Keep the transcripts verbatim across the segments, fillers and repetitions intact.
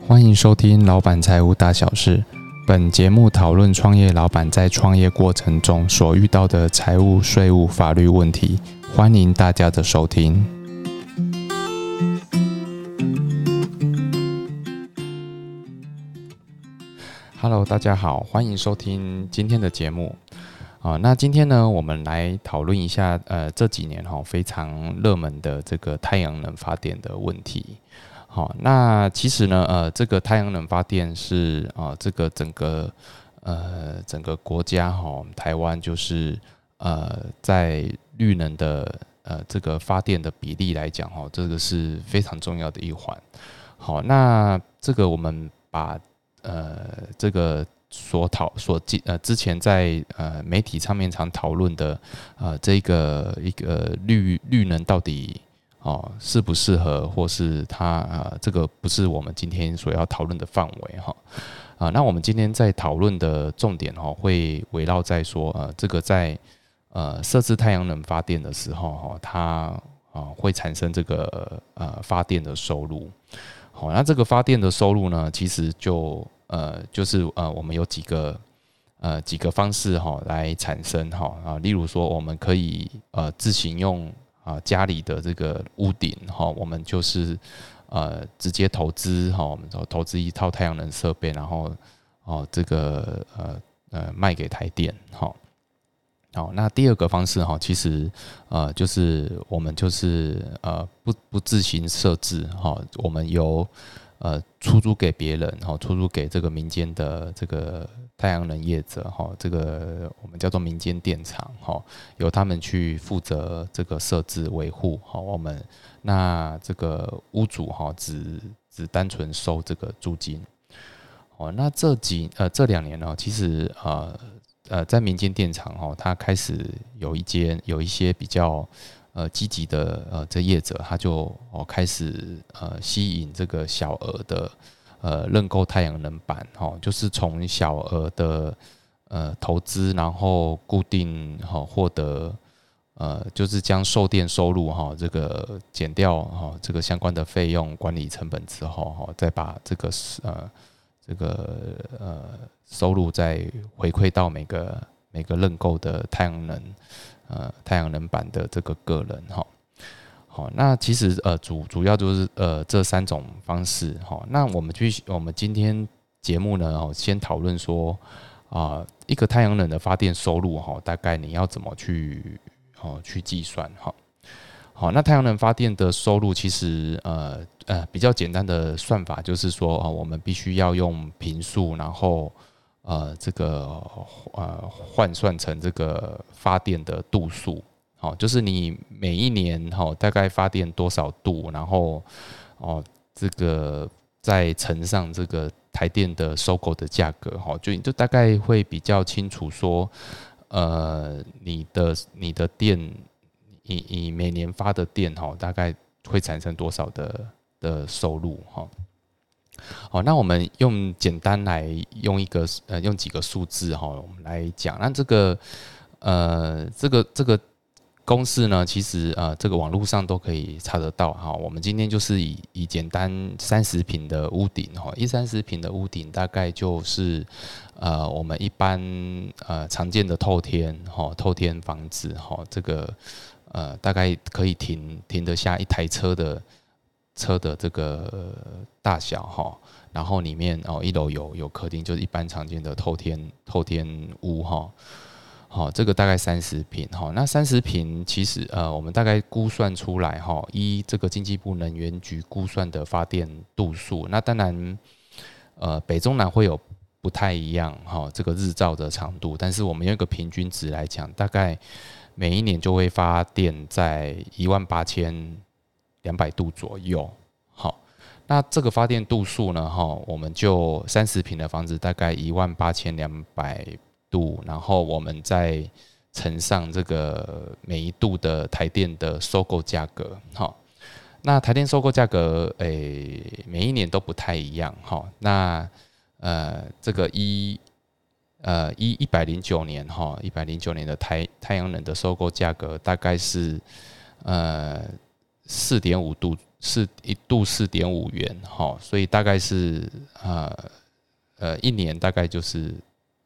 欢迎收听老板财务大小事。本节目讨论创业老板在创业过程中所遇到的财务、税务、法律问题，欢迎大家的收听。Hello， 大家好，欢迎收听今天的节目。啊，那今天呢，我们来讨论一下，呃，这几年哈非常热门的这个太阳能发电的问题。好，那其实呢，呃，这个太阳能发电是啊、呃，这个整个呃整个国家哈，台湾就是呃在绿能的呃这个发电的比例来讲哈，这个是非常重要的一环。好，那这个我们把呃这个所讨所呃之前在呃媒体上面常讨论的呃这个一个绿绿能到底哦适不适合，或是它呃这个不是我们今天所要讨论的范围哈啊。那我们今天在讨论的重点哈会围绕在说呃这个在呃设置太阳能发电的时候哈，它啊会产生这个呃发电的收入。好，那这个发电的收入呢，其实就呃就是呃我们有几个呃几个方式哈来产生哈啊，例如说我们可以呃自行用啊家里的这个屋顶哈，我们就是呃直接投资哈，我们投资一套太阳能设备，然后哦这个呃呃卖给台电哈。好，那第二个方式哈，其实呃就是我们就是呃不不自行设置哈，我们由呃出租给别人哈，出租给这个民间的这个太阳能业者哈，这个我们叫做民间电厂哈，由他们去负责这个设置维护哈，我们那这个屋主哈只只单纯收这个租金。哦，那这几呃这两年呢，其实呃。呃，在民间电厂哦，它开始有一间有一些比较呃积极的呃这业者，他就哦开始呃吸引这个小额的呃认购太阳能板哦，就是从小额的呃投资，然后固定哈获得呃就是将售电收入哈这个减掉哈这个相关的费用管理成本之后哈，再把这个呃。这个呃收入再回馈到每个每个认购的太阳能呃太阳能板的这个个人哈。好，那其实呃主主要就是呃这三种方式哈。那我们去我们今天节目呢哦，先讨论说啊、呃、一个太阳能的发电收入哈，大概你要怎么去哦去计算哈。好，那太阳能发电的收入其实呃呃比较简单的算法就是说啊、呃，我们必须要用坪数，然后呃这个呃换算成这个发电的度数，好，就是你每一年哈大概发电多少度，然后哦这个再乘上这个台电的收购的价格，哈，就就大概会比较清楚说，呃你的你的电。以以每年发的电哈，大概会产生多少的的收入哈？好，那我们用简单来用一个呃用几个数字哈，我们来讲。那这个呃这个这个公式呢，其实呃这个网络上都可以查得到哈。我们今天就是以以简单三十坪的屋顶哈，一三十坪的屋顶大概就是呃我们一般呃常见的透天哈透天房子哈这个。呃，大概可以停停得下一台车的车的这个大小哈，然后里面哦一楼有有客厅，就是一般常见的透天透天屋哈，好，这个大概三十坪哈，那三十坪其实呃我们大概估算出来哈，依这个经济部能源局估算的发电度数，那当然呃北中南会有不太一样哈，这个日照的长度，但是我们用一个平均值来讲，大概。每一年就会发电在一万八千两百度左右，好，那这个发电度数呢，哈，我们就三十坪的房子大概一万八千两百度，然后我们再乘上这个每一度的台电的收购价格，好，那台电收购价格，诶、欸，每一年都不太一样，哈，那呃，这个一。呃，一一百零九年哈，一百零九年的太太阳能的收购价格大概是呃四点五度，四一度四点五元，哈，所以大概是呃呃一年大概就是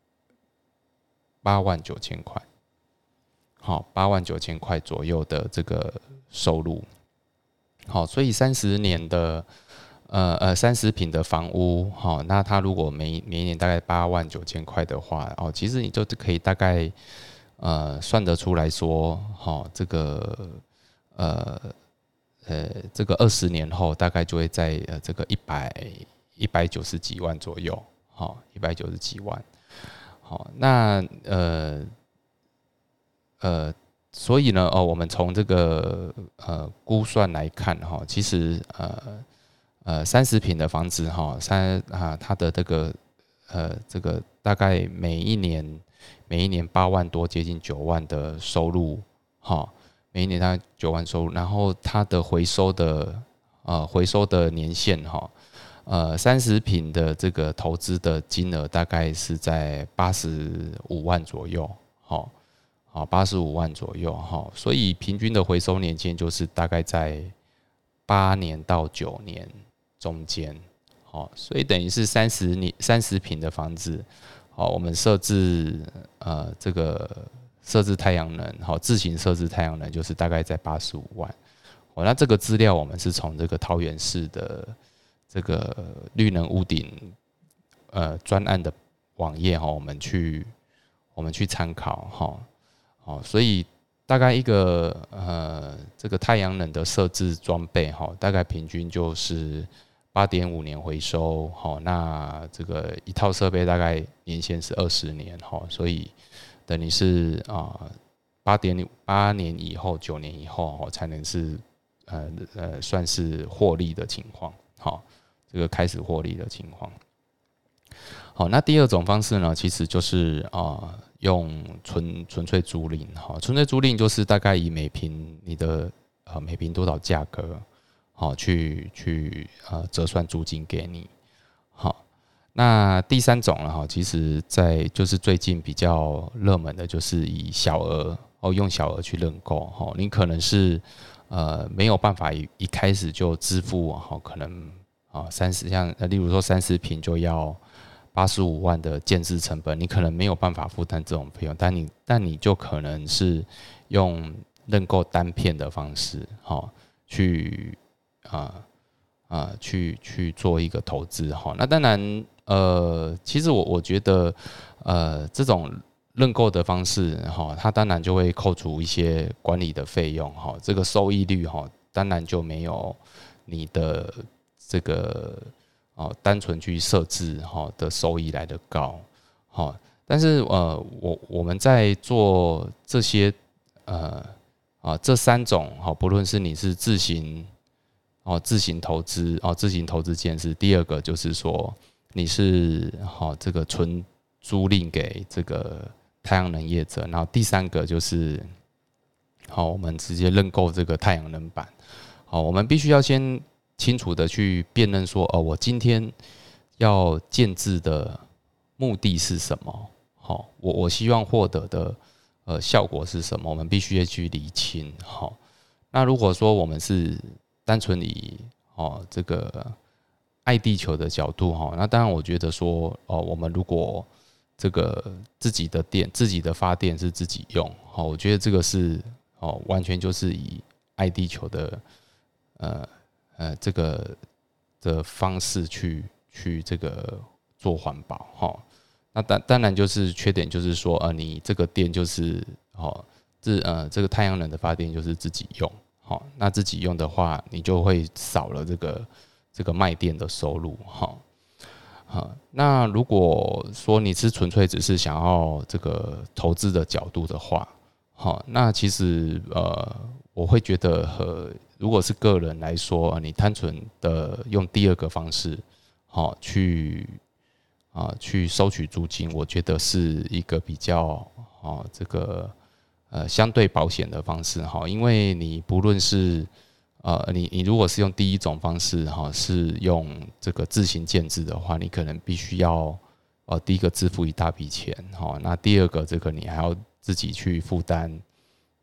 八万九千块，好，八万九千块左右的这个收入，好，所以三十年的呃呃三十坪的房屋，好，那它如果每每一年大概八万九千块的话，哦，其实你就可以大概呃算得出来说，好，这个呃。呃，这个二十年后大概就会在呃这个一百一百九十几万左右，好，一百九十几万，好，那呃呃，所以呢，哦，我们从这个呃估算来看，哈，其实呃呃三十坪的房子，哈，三啊它的这个呃这个大概每一年每一年八万多，接近九万的收入，哈。每一年大概九万收入，然后它的回收的呃回收的年限哈，呃三十坪的这个投资的金额大概是在八十五万左右，好，好八十五万左右哈，所以平均的回收年限就是大概在八年到九年中间，好，所以等于是三十年三十坪的房子，好，我们设置呃这个。设置太阳能，好，自行设置太阳能就是大概在八十五万。哦，那这个资料我们是从这个桃园市的这个绿能屋顶呃专案的网页哈，我们去我们去参考哈，好，所以大概一个呃这个太阳能的设置装备哈，大概平均就是八点五年回收，好，那这个一套设备大概年限是二十年哈，所以。等于是啊，八点八年以后、九年以后才能是呃呃算是获利的情况，好，这个开始获利的情况。好，那第二种方式呢，其实就是啊用纯纯粹租赁，好，纯粹租赁就是大概以每坪你的呃每坪多少价格，好去去呃折算租金给你，好。那第三种呢，哈，其实在就是最近比较热门的，就是以小额哦，用小额去认购哈，你可能是呃没有办法一一开始就支付哈，可能啊三十像例如说三十坪就要八十五万的建制成本，你可能没有办法负担这种费用，但你但你就可能是用认购单片的方式哈去啊啊去去做一个投资哈，那当然。呃，其实我我觉得，呃，这种认购的方式哈，它当然就会扣除一些管理的费用哈，这个收益率哈，当然就没有你的这个哦单纯去设置哈的收益来得高哈。但是呃，我我们在做这些呃啊这三种哈，不论是你是自行哦自行投资哦自行投资建设，第二个就是说。你是好这个纯租赁给这个太阳能业者，然后第三个就是好，我们直接认购这个太阳能板。好，我们必须要先清楚的去辨认说，哦，我今天要建置的目的是什么？好，我我希望获得的呃效果是什么？我们必须要去厘清。好，那如果说我们是单纯以哦这个。爱地球的角度哈，那当然我觉得说哦，我们如果这个自己的电、自己的发电是自己用，好，我觉得这个是哦，完全就是以爱地球的呃呃这个的方式去去这个做环保哈。那当当然就是缺点就是说呃，你这个电就是哦自呃这个太阳能的发电就是自己用，好，那自己用的话，你就会少了这个。这个卖电的收入哈，好，那如果说你是纯粹只是想要这个投资的角度的话，好，那其实呃，我会觉得和如果是个人来说，你单纯的用第二个方式，好去啊去收取租金，我觉得是一个比较哦这个呃相对保险的方式哈，因为你不论是呃，你你如果是用第一种方式哈，是用这个自行建制的话，你可能必须要呃第一个支付一大笔钱哈，那第二个这个你还要自己去负担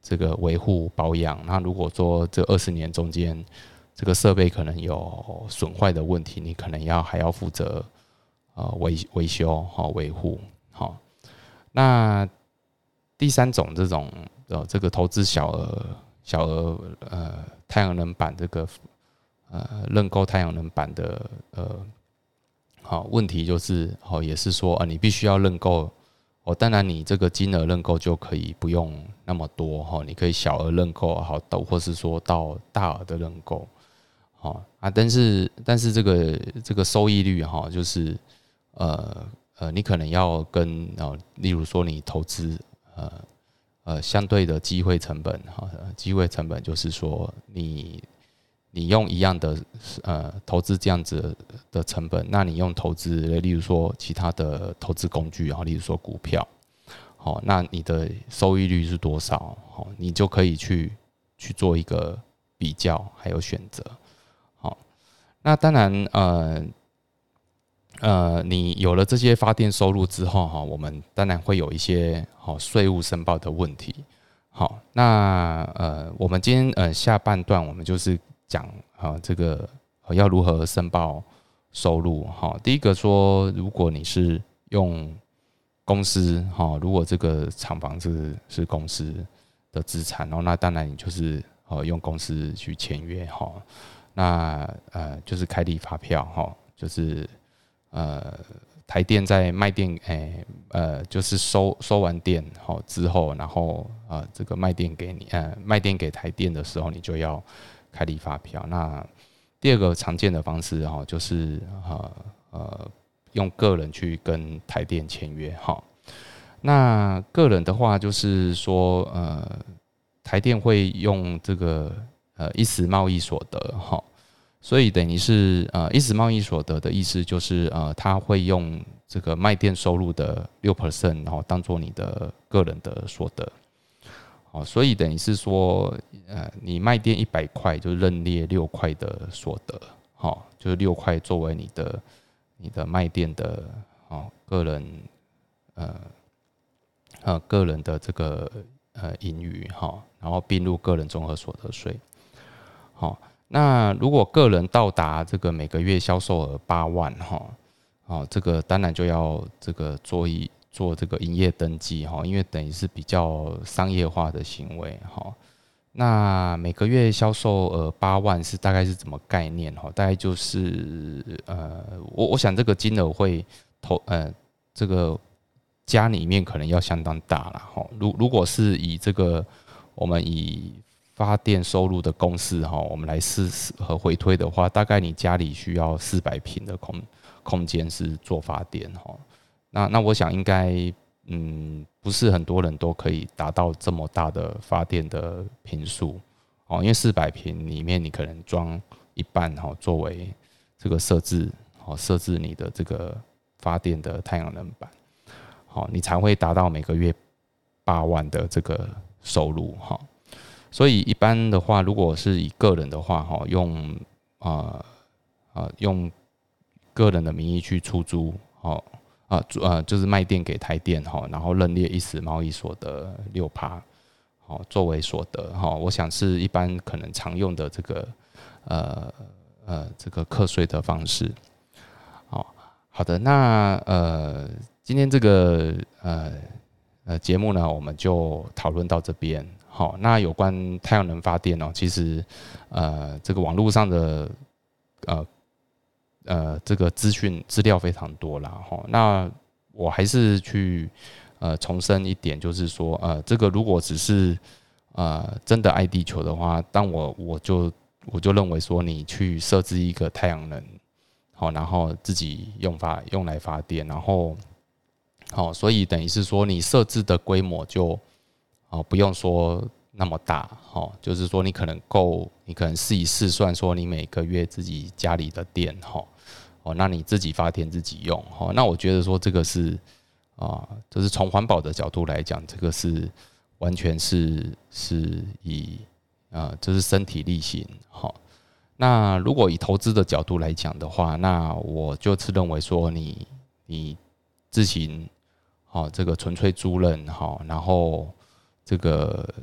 这个维护保养。那如果说这二十年中间这个设备可能有损坏的问题，你可能要还要负责呃维维修哈维护好。那第三种这种呃这个投资小额小额呃太阳能板这个呃认购太阳能板的呃好问题就是哦也是说啊你必须要认购哦，当然你这个金额认购就可以不用那么多哈，你可以小额认购好到或是说到大额的认购好啊，但是但是这个这个收益率哈就是呃呃你可能要跟哦例如说你投资呃。呃，相对的机会成本，哈，机会成本就是说你，你用一样的呃投资这样子的成本，那你用投资，例如说其他的投资工具，例如说股票，好，那你的收益率是多少？好，你就可以去去做一个比较，还有选择，好，那当然，呃。呃，你有了这些发电收入之后，哈，我们当然会有一些好税务申报的问题。好，那呃，我们今天呃下半段我们就是讲啊，这个要如何申报收入。哈，第一个说，如果你是用公司，哈，如果这个厂房是是公司的资产，然后那当然你就是呃用公司去签约，哈，那呃就是开立发票，哈，就是。呃，台电在卖电，哎、欸，呃，就是收收完电好之后，然后呃，这个卖电给你，呃，卖电给台电的时候，你就要开立发票。那第二个常见的方式哈，就是呃呃，用个人去跟台电签约哈。那个人的话，就是说，呃，台电会用这个呃一时贸易所得哈。所以等于是呃，一时贸易所得的意思就是呃，他会用这个卖电收入的六 percent， 然后当做你的个人的所得，哦，所以等于是说呃，你卖电一百块就认列六块的所得，好，就是六块作为你的你的卖电的哦个人呃呃个人的这个呃盈余哈，然后并入个人综合所得税，好。那如果个人到达这个每个月销售额八万哈，哦，这个当然就要这个做一做这个营业登记哈，因为等于是比较商业化的行为哈。那每个月销售额八万是大概是怎么概念哈？大概就是呃，我我想这个金额会投呃这个家里面可能要相当大了哈。如如果是以这个我们以发电收入的公式哈，我们来试和回推的话，大概你家里需要四百平的空空间是做发电哈。那那我想应该嗯不是很多人都可以达到这么大的发电的坪数哦，因为四百平里面你可能装一半哈，作为这个设置哦，设置你的这个发电的太阳能板，好，你才会达到每个月八万的这个收入哈。所以一般的话，如果是以个人的话，哈，用啊啊用个人的名义去出租，哦啊呃就是卖电给台电哈，然后认列一时贸易所得六趴，好作为所得哈，我想是一般可能常用的这个呃呃这个课税的方式。好好的，那呃今天这个呃呃节目呢，我们就讨论到这边。好，那有关太阳能发电哦，其实，呃，这个网络上的呃呃这个资讯资料非常多啦，哈。那我还是去呃重申一点，就是说，呃，这个如果只是呃真的爱地球的话，但我我就我就认为说，你去设置一个太阳能，好，然后自己用发用来发电，然后好，所以等于是说，你设置的规模就。哦，不用说那么大，哦，就是说你可能够，你可能试一试算说你每个月自己家里的电，哈，哦，那你自己发电自己用，哈，那我觉得说这个是啊，就是从环保的角度来讲，这个是完全是是以啊，就是身体力行，哈。那如果以投资的角度来讲的话，那我就是认为说你你自行，好，这个纯粹租赁，好，然后。这个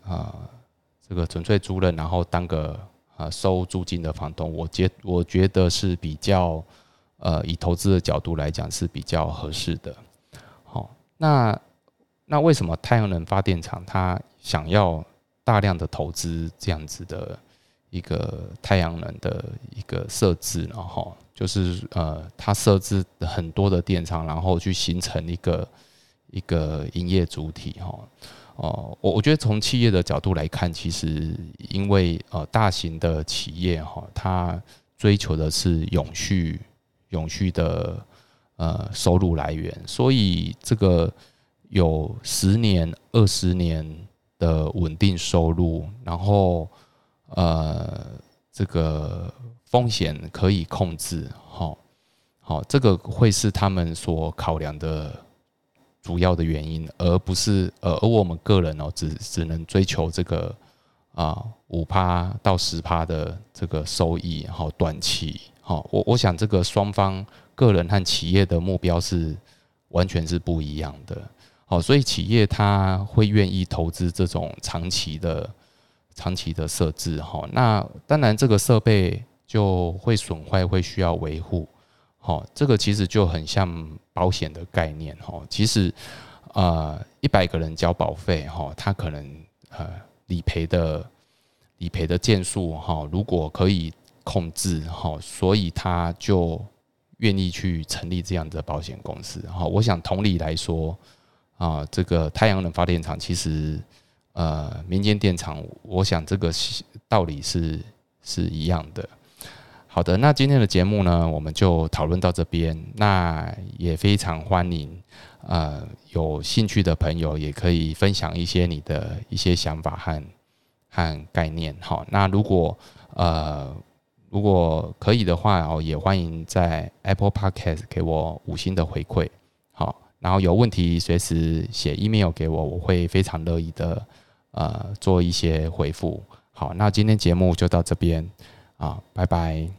呃这个纯粹租赁，然后当个呃收租金的房东，我觉我觉得是比较呃以投资的角度来讲是比较合适的。好、哦，那那为什么太阳能发电厂它想要大量的投资这样子的一个太阳能的一个设置呢？哈，就是呃，它设置很多的电厂，然后去形成一个一个营业主体哈。哦，我我觉得从企业的角度来看，其实因为呃大型的企业哈，它追求的是永续永续的呃收入来源，所以这个有十年、二十年的稳定收入，然后呃这个风险可以控制，好，好，这个会是他们所考量的主要的原因，而不是呃，而我们个人哦，只只能追求这个啊五趴到十趴的这个收益，好短期，好，我我想这个双方个人和企业的目标是完全是不一样的，好，所以企业它会愿意投资这种长期的长期的设置，哈，那当然这个设备就会损坏，会需要维护。好，这个其实就很像保险的概念哈。其实，呃，一百个人交保费哈，他可能呃理赔的理赔的件数哈，如果可以控制哈，所以他就愿意去成立这样的保险公司哈。我想同理来说啊，这个太阳能发电厂其实呃民间电厂，我想这个道理是是一样的。好的，那今天的节目呢，我们就讨论到这边。那也非常欢迎，呃，有兴趣的朋友也可以分享一些你的一些想法和和概念。好，那如果呃如果可以的话，哦，也欢迎在 Apple Podcast 给我五星的回馈。好，然后有问题随时写 email 给我，我会非常乐意的呃做一些回复。好，那今天节目就到这边啊，拜拜。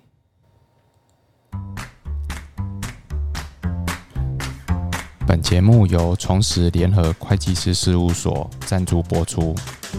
本节目由重实联合会计师事务所赞助播出。